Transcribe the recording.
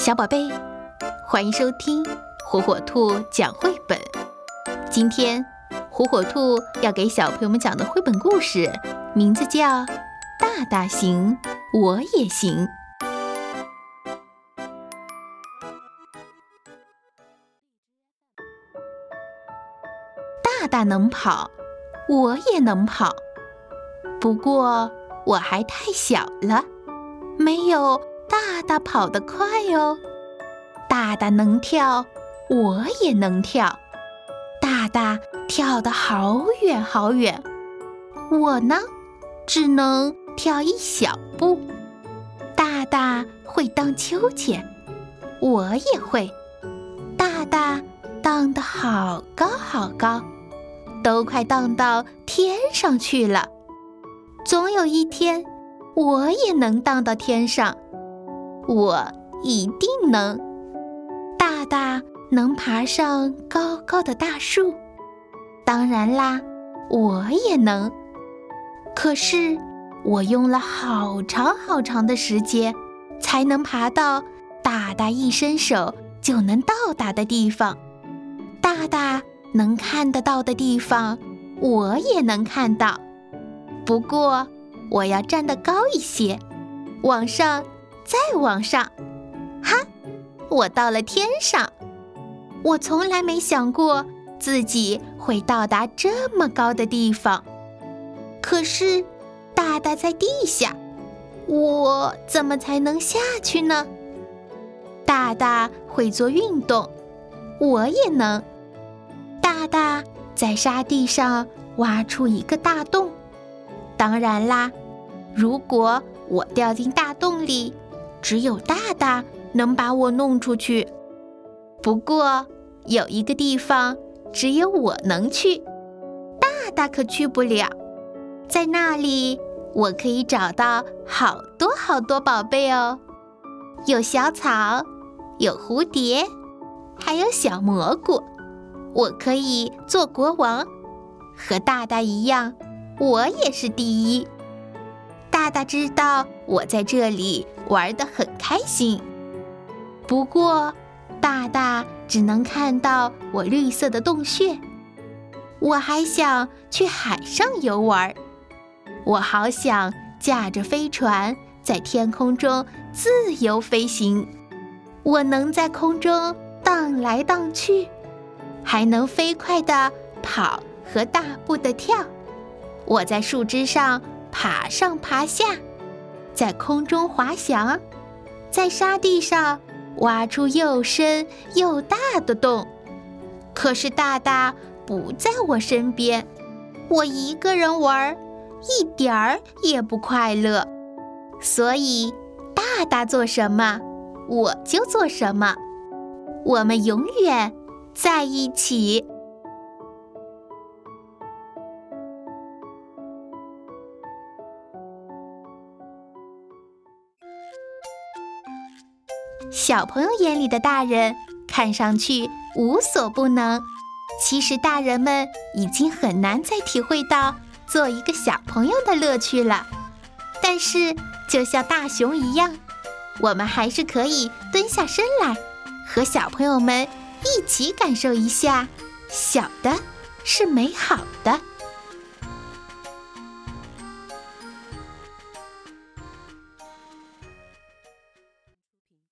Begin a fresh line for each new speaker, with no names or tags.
小宝贝，欢迎收听火火兔讲绘本。今天火火兔要给小朋友们讲的绘本故事名字叫《大大行我也行》。大大能跑，我也能跑，不过我还太小了，没有大大跑得快哦。大大能跳，我也能跳，大大跳得好远好远，我呢，只能跳一小步。大大会荡秋千，我也会，大大荡得好高好高，都快荡到天上去了。总有一天，我也能荡到天上，我一定能。大大能爬上高高的大树，当然啦，我也能。可是我用了好长好长的时间，才能爬到大大一伸手就能到达的地方。大大能看得到的地方，我也能看到。不过我要站得高一些，往上，再往上。哈，我到了天上。我从来没想过自己会到达这么高的地方。可是大大在地下，我怎么才能下去呢？大大会做运动，我也能。大大在沙地上挖出一个大洞，当然啦，如果我掉进大洞里，只有大大能把我弄出去。不过有一个地方只有我能去，大大可去不了。在那里，我可以找到好多好多宝贝哦，有小草，有蝴蝶，还有小蘑菇。我可以做国王，和大大一样，我也是第一。大大知道我在这里玩得很开心，不过大大只能看到我绿色的洞穴。我还想去海上游玩，我好想驾着飞船在天空中自由飞行。我能在空中荡来荡去，还能飞快地跑和大步地跳。我在树枝上爬上爬下，在空中滑翔，在沙地上挖出又深又大的洞。可是大大不在我身边，我一个人玩，一点儿也不快乐。所以大大做什么，我就做什么。我们永远在一起。小朋友眼里的大人看上去无所不能，其实大人们已经很难再体会到做一个小朋友的乐趣了。但是就像大熊一样，我们还是可以蹲下身来，和小朋友们一起感受一下，小的是美好的。